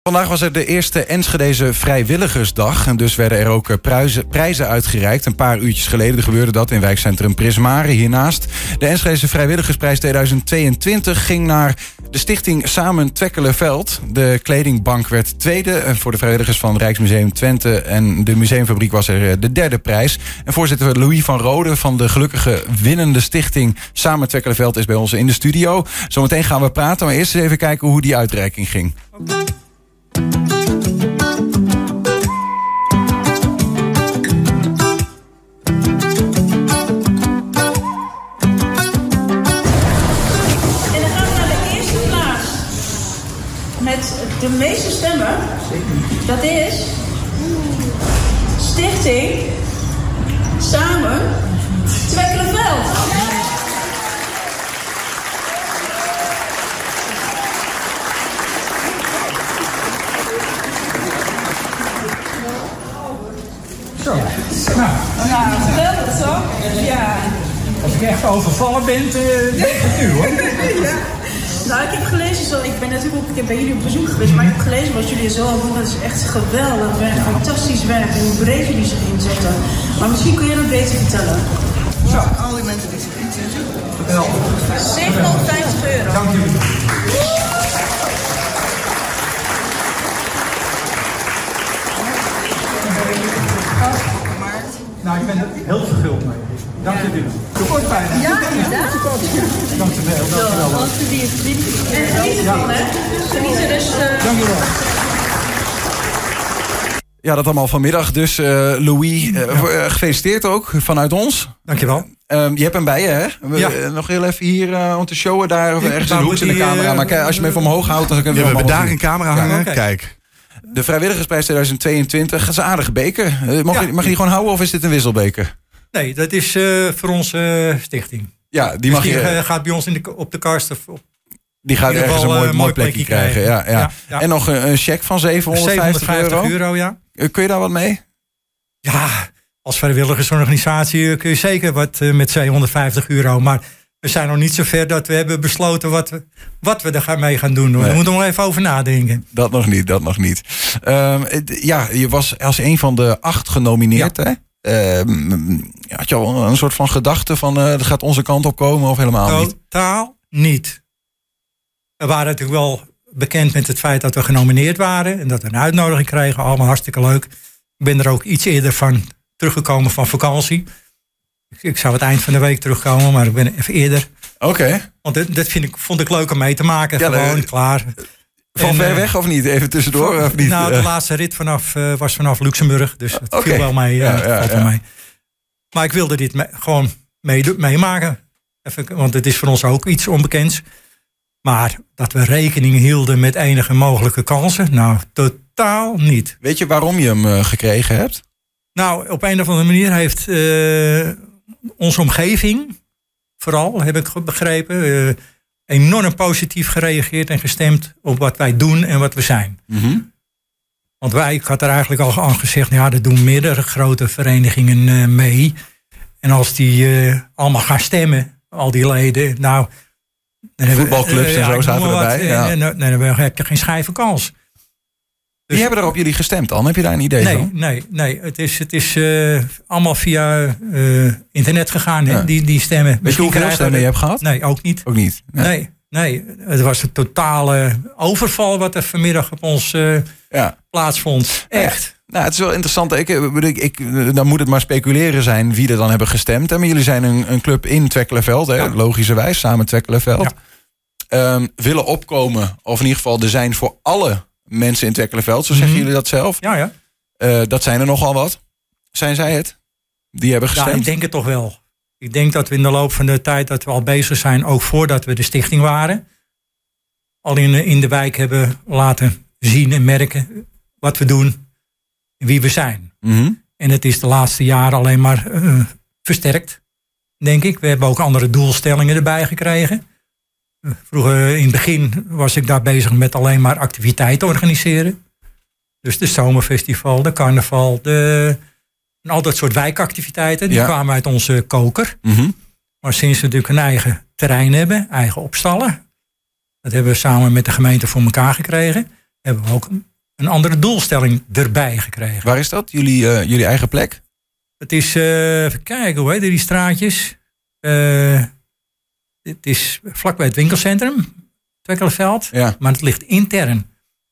Vandaag was er de eerste Enschedeze Vrijwilligersdag. En dus werden er ook prijzen uitgereikt. Een paar uurtjes geleden gebeurde dat in wijkcentrum Prismare hiernaast. De Enschedeze Vrijwilligersprijs 2022 ging naar de stichting Samen Twekkelenveld. De kledingbank werd tweede voor de vrijwilligers van Rijksmuseum Twente. En de museumfabriek was er de derde prijs. En voorzitter Louis van Rode van de gelukkige winnende stichting Samen Twekkelenveld is bij ons in de studio. Zometeen gaan we praten, maar eerst eens even kijken hoe die uitreiking ging. Met de meeste stemmen, dat is Stichting Samen Twekkelenveld. Zo, nou, geweldig toch? Ja. Als ik echt overvallen ben, denk het nu hoor. Ja. Nou, ik heb gelezen, ik ben bij jullie op bezoek geweest, maar ik heb gelezen wat jullie zo al doen. Dat is echt geweldig werk, fantastisch werk en hoe breed jullie zich inzetten. Maar misschien kun je dat beter vertellen. Zo. Al die mensen die zich inzetten. Geweldig. €750. Dank jullie. Nou, ik ben er heel verguld mee. Dank jullie. De kort bijna. Ja, inderdaad. Dank je wel. Alsjeblieft. En geniet ervan, hè? Geniet er dus. Dank je wel. Ja, dat allemaal vanmiddag. Dus Louis, gefeliciteerd ook vanuit ons. Dankjewel. Je hebt hem bij je, hè? Nog heel even hier om te showen daar. Of ergens in de hoek in de camera. Maar kijk, als je hem even omhoog houdt, dan kunnen we hebben daar zien. een camera hangen. Okay. Kijk. De Vrijwilligersprijs 2022, dat is een aardige beker. Mag je die gewoon houden of is dit een wisselbeker? Nee, dat is voor onze stichting. Ja, die mag je. Gaat bij ons op de kast. Die gaat ergens een mooi plekje krijgen. Ja. En nog een cheque van €750. Ja. Kun je daar wat mee? Ja, als vrijwilligersorganisatie kun je zeker wat met €750. Maar we zijn nog niet zo ver dat we hebben besloten wat we er mee gaan doen. Nee. Daar moeten we nog even over nadenken. Dat nog niet. Je was als een van de 8 genomineerd, hè? Had je al een soort van gedachte van dat gaat onze kant op komen of helemaal niet? Totaal niet. We waren natuurlijk wel bekend met het feit dat we genomineerd waren en dat we een uitnodiging kregen. Allemaal hartstikke leuk. Ik ben er ook iets eerder van teruggekomen van vakantie. Ik zou het eind van de week terugkomen, maar ik ben even eerder. Oké. Want dat vond ik leuk om mee te maken. Ja, gewoon, klaar. Van ver weg of niet? Even tussendoor? Of niet? Nou, de laatste rit was vanaf Luxemburg. Dus het viel wel mee. Mee. Maar ik wilde dit gewoon meemaken. Want het is voor ons ook iets onbekends. Maar dat we rekening hielden met enige mogelijke kansen? Nou, totaal niet. Weet je waarom je hem gekregen hebt? Nou, op een of andere manier heeft onze omgeving, vooral heb ik begrepen, enorm positief gereageerd en gestemd op wat wij doen en wat we zijn. Mm-hmm. Want ik had er eigenlijk al aan gezegd, ja, er doen meerdere grote verenigingen mee. En als die allemaal gaan stemmen, al die leden, nou... Voetbalclubs en zo zaten erbij. Dan heb je geen schijve kans. Dus wie hebben er op jullie gestemd dan? Heb je daar een idee van? Nee. Het is allemaal via internet gegaan, ja. Die stemmen. Weet je hoeveel stemmen je hebt gehad? Nee, ook niet. Ook niet? Nee. Het was een totale overval wat er vanmiddag op ons plaatsvond. Echt. Nou, het is wel interessant. Dan moet het maar speculeren zijn wie er dan hebben gestemd. Maar jullie zijn een club in Twekkelenveld, logischerwijs, Samen Twekkelenveld. Ja. Willen opkomen, of in ieder geval er zijn voor alle mensen in Twekkelenveld, zo zeggen jullie dat zelf. Ja. Dat zijn er nogal wat. Zijn zij het? Die hebben gestemd? Ja, ik denk het toch wel. Ik denk dat we in de loop van de tijd dat we al bezig zijn, ook voordat we de stichting waren, al in de wijk hebben laten zien en merken wat we doen en wie we zijn. Mm-hmm. En het is de laatste jaren alleen maar versterkt, denk ik. We hebben ook andere doelstellingen erbij gekregen. Vroeger in het begin was ik daar bezig met alleen maar activiteiten organiseren. Dus de zomerfestival, de carnaval, en al dat soort wijkactiviteiten. Die kwamen uit onze koker. Mm-hmm. Maar sinds we natuurlijk een eigen terrein hebben, eigen opstallen. Dat hebben we samen met de gemeente voor elkaar gekregen. Hebben we ook een andere doelstelling erbij gekregen. Waar is dat? Jullie eigen plek? Het is, even kijken, hoe heet die straatjes? Het is vlakbij het winkelcentrum, Twekkelenveld. Ja. Maar het ligt intern.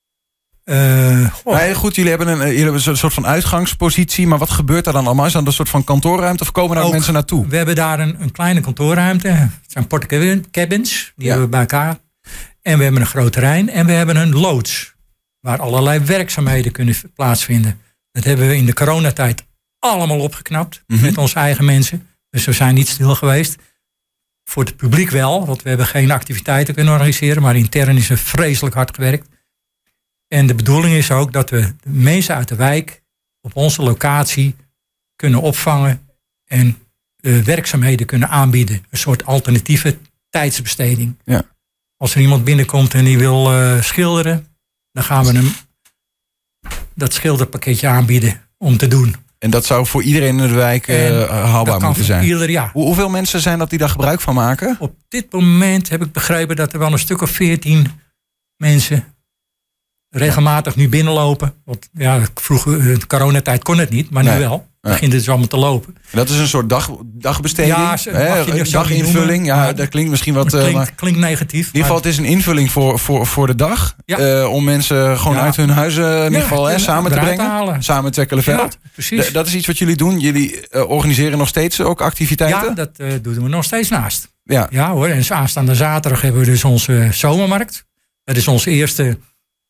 Nee, goed, jullie hebben een soort van uitgangspositie. Maar wat gebeurt er dan allemaal? Is dat een soort van kantoorruimte of komen daar ook mensen naartoe? We hebben daar een kleine kantoorruimte. Het zijn portecabins, die hebben we bij elkaar. En we hebben een groot terrein. En we hebben een loods. Waar allerlei werkzaamheden kunnen plaatsvinden. Dat hebben we in de coronatijd allemaal opgeknapt. Met onze eigen mensen. Dus we zijn niet stil geweest. Voor het publiek wel. Want we hebben geen activiteiten kunnen organiseren. Maar intern is er vreselijk hard gewerkt. En de bedoeling is ook dat we de mensen uit de wijk op onze locatie kunnen opvangen en werkzaamheden kunnen aanbieden. Een soort alternatieve tijdsbesteding. Ja. Als er iemand binnenkomt en die wil schilderen, dan gaan we hem dat schilderpakketje aanbieden om te doen. En dat zou voor iedereen in de wijk haalbaar moeten zijn? Ieder jaar. Hoeveel mensen zijn dat die daar gebruik van maken? Op dit moment heb ik begrepen dat er wel een stuk of 14 mensen regelmatig nu binnenlopen. Want ja, vroeger, in de coronatijd kon het niet, maar nu wel. Dan begint het dus allemaal te lopen. En dat is een soort dagbesteding? Ja, daginvulling. Ja, dat klinkt misschien wat... Klinkt negatief. In ieder geval, het is een invulling voor de dag. Ja. Om mensen gewoon uit hun huizen in ieder geval samen te brengen. Samen met Twekkelenveld. Ja, precies. Dat is iets wat jullie doen. Jullie organiseren nog steeds ook activiteiten? Ja, dat doen we nog steeds naast. Ja, ja hoor. En aanstaande zaterdag hebben we dus onze zomermarkt. Dat is onze eerste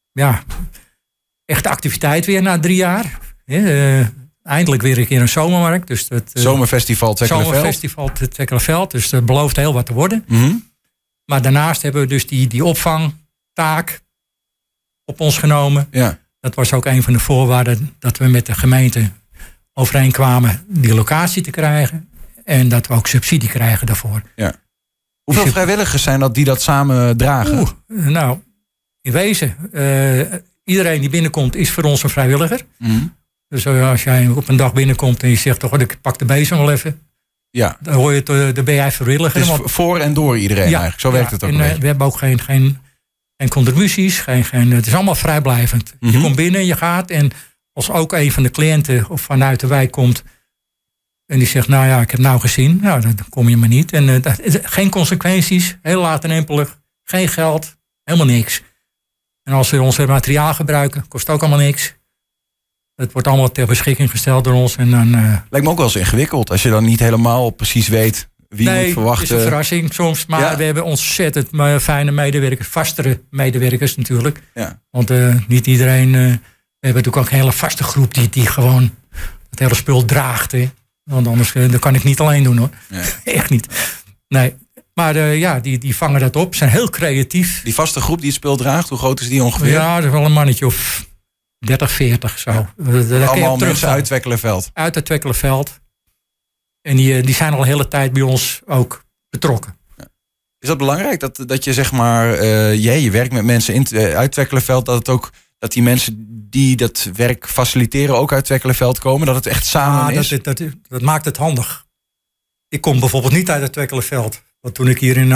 echte activiteit weer na 3 jaar. Eindelijk weer een keer een zomermarkt. Dus het Zomerfestival Twekkelenveld. Zomerfestival Twekkelenveld. Dus dat belooft heel wat te worden. Maar daarnaast hebben we dus die opvangtaak op ons genomen. Ja. Dat was ook een van de voorwaarden dat we met de gemeente overeenkwamen die locatie te krijgen. En dat we ook subsidie krijgen daarvoor. Ja. Hoeveel vrijwilligers zijn dat die dat samen dragen? Nou, in wezen, iedereen die binnenkomt is voor ons een vrijwilliger. Dus als jij op een dag binnenkomt en je zegt, toch, ik pak de bezem wel even. Ja. Dan hoor je dan ben jij vrijwilliger. Het is voor en door iedereen eigenlijk. Zo werkt het ook. En we hebben ook geen contributies. Het is allemaal vrijblijvend. Je komt binnen, je gaat. En als ook een van de cliënten of vanuit de wijk komt en die zegt, nou ja, ik heb nou gezien. Nou, dan kom je maar niet. En geen consequenties. Heel latenempelig. Geen geld. Helemaal niks. En als we ons materiaal gebruiken, kost ook allemaal niks. Het wordt allemaal ter beschikking gesteld door ons. En dan, lijkt me ook wel eens ingewikkeld. Als je dan niet helemaal precies weet wie moet verwachten. Het is een verrassing soms. Maar we hebben ontzettend fijne medewerkers. Vastere medewerkers natuurlijk. Ja. Want niet iedereen... we hebben natuurlijk ook een hele vaste groep die gewoon het hele spul draagt. Hè. Want anders dat kan ik niet alleen doen hoor. Ja. Echt niet. Nee. Maar die vangen dat op. Zijn heel creatief. Die vaste groep die het spul draagt, hoe groot is die ongeveer? Ja, dat is wel een mannetje of 30, 40 zo. Ja. Allemaal mensen uit Twekkelenveld? Uit het Twekkelenveld. En die zijn al een hele tijd bij ons ook betrokken. Ja. Is dat belangrijk? Dat je zeg maar, je werkt met mensen uit Twekkelenveld, dat die mensen die dat werk faciliteren ook uit Twekkelenveld komen? Dat het echt samen is? Dat maakt het handig. Ik kom bijvoorbeeld niet uit het Twekkelenveld. Want toen ik hier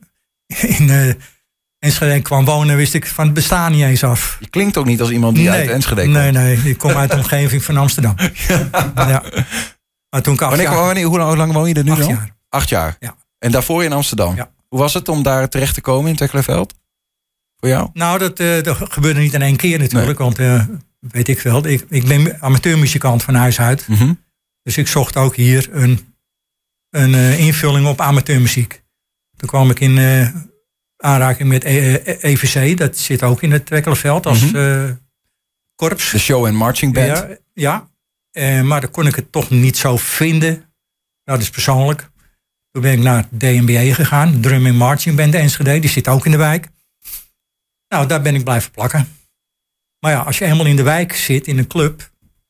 in Enschede kwam wonen, wist ik van het bestaan niet eens af. Je klinkt ook niet als iemand die uit Enschede komt. Nee, ik kom uit de omgeving van Amsterdam. Ja. Maar toen ik 8 jaar... Hoe lang woon je er nu 8 dan? jaar. 8 jaar? Ja. En daarvoor in Amsterdam? Ja. Hoe was het om daar terecht te komen in Twekkelenveld? Voor jou? Nou, dat gebeurde niet in 1 keer natuurlijk. Nee. Want weet ik wel, ik ben amateurmuzikant van huis uit. Dus ik zocht ook hier een invulling op amateurmuziek. Toen kwam ik in aanraking met EVC. Dat zit ook in het Twekkelenveld als korps. De show en marching band. Ja. Maar dan kon ik het toch niet zo vinden. Nou, dat is persoonlijk. Toen ben ik naar DMBE gegaan. Drum en Marching Band Enschede. Die zit ook in de wijk. Nou, daar ben ik blijven plakken. Maar ja, als je helemaal in de wijk zit, in een club.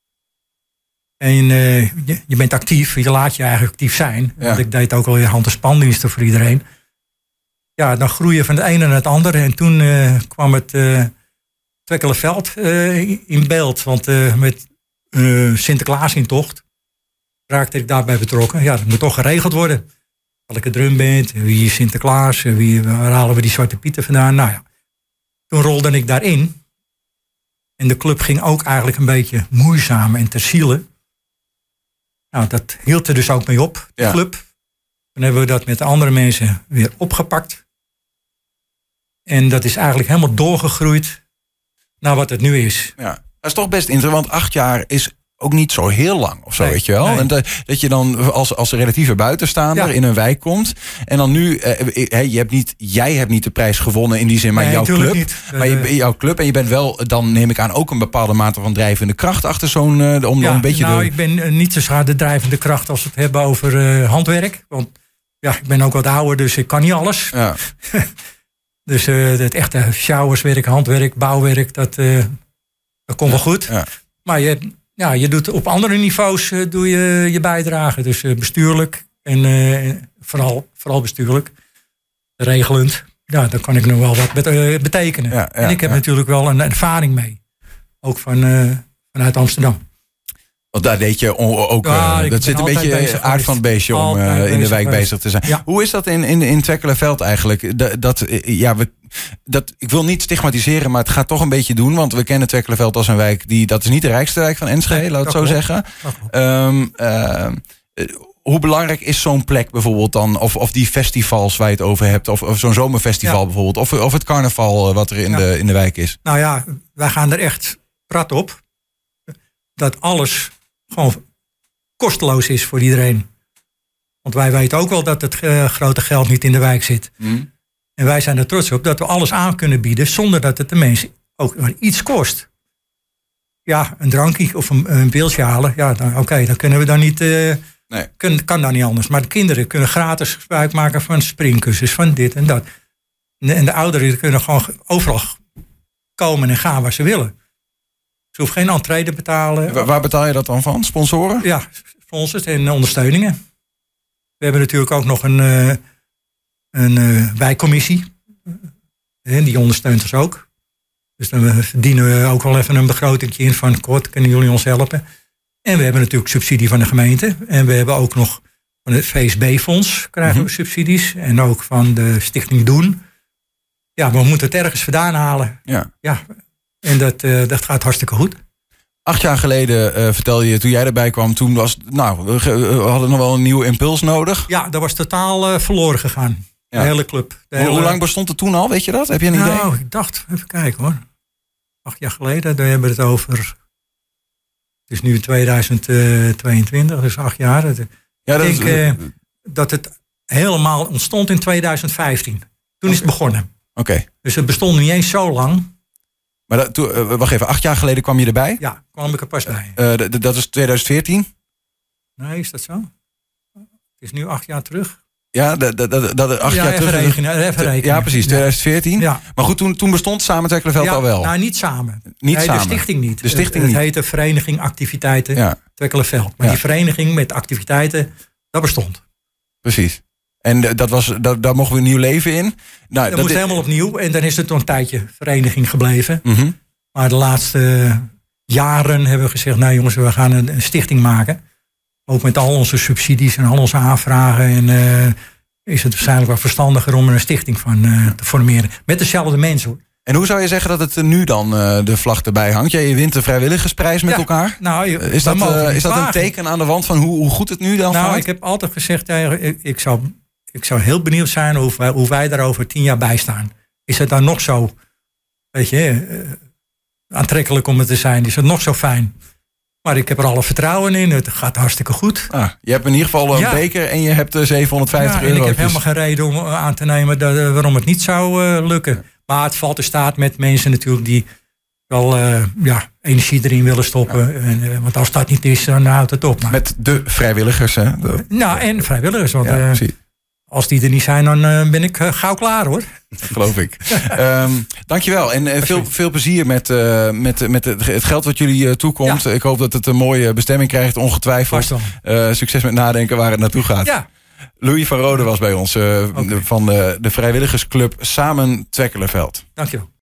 En je bent actief. Je laat je eigenlijk actief zijn. Ja. Want ik deed ook alweer hand- en spandiensten voor iedereen. Ja, dan groei je van het ene naar het andere. En toen kwam het Twekkelenveld in beeld. Want met Sinterklaas in tocht raakte ik daarbij betrokken. Ja, dat moet toch geregeld worden. Welke drumband, wie is Sinterklaas, waar halen we die Zwarte Pieten vandaan. Nou ja, toen rolde ik daarin. En de club ging ook eigenlijk een beetje moeizaam en ter ziele. Nou, dat hield er dus ook mee op, de club. Toen hebben we dat met de andere mensen weer opgepakt. En dat is eigenlijk helemaal doorgegroeid naar wat het nu is. Ja, dat is toch best interessant, want 8 jaar is ook niet zo heel lang of zo, weet je wel. Nee. En dat je dan als relatieve buitenstaander in een wijk komt. En dan nu, jij hebt niet de prijs gewonnen in die zin, maar jouw club. Niet. Maar jouw club. En je bent wel, dan neem ik aan, ook een bepaalde mate van drijvende kracht achter zo'n... een beetje ik ben niet zo zwaar de drijvende kracht als we het hebben over handwerk. Want ik ben ook wat ouder, dus ik kan niet alles. Ja. Dus het echte sjouwerswerk, handwerk, bouwwerk, dat komt wel goed. Ja. Maar je doet op andere niveaus doe je bijdrage. Dus bestuurlijk en vooral bestuurlijk. Regelend. Ja, daar kan ik nog wel wat betekenen. Ja, en ik heb natuurlijk wel een ervaring mee. Ook vanuit Amsterdam. Want daar deed je ook... dat zit een beetje aard van het beestje om in de wijk bezig te zijn. Ja. Hoe is dat in Twekkelenveld eigenlijk? Ik wil niet stigmatiseren, maar het gaat toch een beetje doen. Want we kennen Twekkelenveld als een wijk dat is niet de rijkste wijk van Enschede, laat het zo zeggen. Hoe belangrijk is zo'n plek bijvoorbeeld dan? Of die festivals waar je het over hebt? Of zo'n zomerfestival bijvoorbeeld? Of het carnaval wat er in de wijk is? Nou ja, wij gaan er echt prat op. Dat alles gewoon kosteloos is voor iedereen. Want wij weten ook wel dat het grote geld niet in de wijk zit. En wij zijn er trots op dat we alles aan kunnen bieden zonder dat het de mensen ook maar iets kost. Ja, een drankje of een pilsje halen. Ja, dan kunnen we dan niet... Kan dan niet anders. Maar de kinderen kunnen gratis gebruik maken van springkussens, van dit en dat. En de ouderen kunnen gewoon overal komen en gaan waar ze willen. Ze hoeven geen entree te betalen. Waar betaal je dat dan van? Sponsoren? Ja, sponsors en ondersteuningen. We hebben natuurlijk ook nog een wijkcommissie. Die ondersteunt ons ook. Dus dan verdienen we ook wel even een begrotingje in van kort, kunnen jullie ons helpen? En we hebben natuurlijk subsidie van de gemeente. En we hebben ook nog van het VSB-fonds krijgen we subsidies. En ook van de Stichting Doen. Ja, maar we moeten het ergens vandaan halen. Ja. En dat gaat hartstikke goed. 8 jaar geleden vertelde je, toen jij erbij kwam, toen we hadden nog wel een nieuwe impuls nodig. Ja, dat was totaal verloren gegaan. Ja. De hele club. Hoe lang bestond het toen al, weet je dat? Heb je een idee? Nou, ik dacht, even kijken hoor. 8 jaar geleden, daar hebben we het over. Het is nu 2022, dus 8 jaar. Ik denk dat het helemaal ontstond in 2015. Toen is het begonnen. Oké. Dus het bestond niet eens zo lang. Maar wacht even, 8 jaar geleden kwam je erbij? Ja, kwam ik er pas bij. Dat is 2014? Nee, is dat zo? Het is nu 8 jaar terug. Ja, dat 8 jaar terug. Even rekenen. Ja, precies, 2014. Ja. Maar goed, toen bestond Samen Twekkelenveld al wel. Nou, niet samen. Samen. De stichting niet. Het heette Vereniging Activiteiten Twekkelenveld. Maar die vereniging met activiteiten, dat bestond. Precies. En daar mochten we een nieuw leven in. Nou, dat moest helemaal opnieuw. En dan is het toch een tijdje vereniging gebleven. Mm-hmm. Maar de laatste jaren hebben we gezegd, nou jongens, we gaan een stichting maken. Ook met al onze subsidies en al onze aanvragen. En is het waarschijnlijk wel verstandiger om er een stichting van te formeren. Met dezelfde mensen hoor. En hoe zou je zeggen dat het nu dan de vlag erbij hangt? Je wint de vrijwilligersprijs met elkaar. Nou, is dat een teken aan de wand van hoe goed het nu dan gaat? Nou, ik heb altijd gezegd, ik zou heel benieuwd zijn hoe wij daar over 10 jaar bij staan. Is het dan nog zo, aantrekkelijk om het te zijn? Is het nog zo fijn? Maar ik heb er alle vertrouwen in. Het gaat hartstikke goed. Je hebt in ieder geval een beker en je hebt €750. En ik heb helemaal geen reden om aan te nemen waarom het niet zou lukken. Maar het valt in staat met mensen natuurlijk die wel energie erin willen stoppen. Want als dat niet is, dan houdt het op. Maar. Met de vrijwilligers, hè? En vrijwilligers. Want als die er niet zijn, dan ben ik gauw klaar, hoor. Geloof ik. Dankjewel. En veel plezier met het geld wat jullie toekomt. Ja. Ik hoop dat het een mooie bestemming krijgt, ongetwijfeld. Succes met nadenken waar het naartoe gaat. Ja. Louis van Rode was bij ons van de vrijwilligersclub Samen Twekkelenveld. Dankjewel.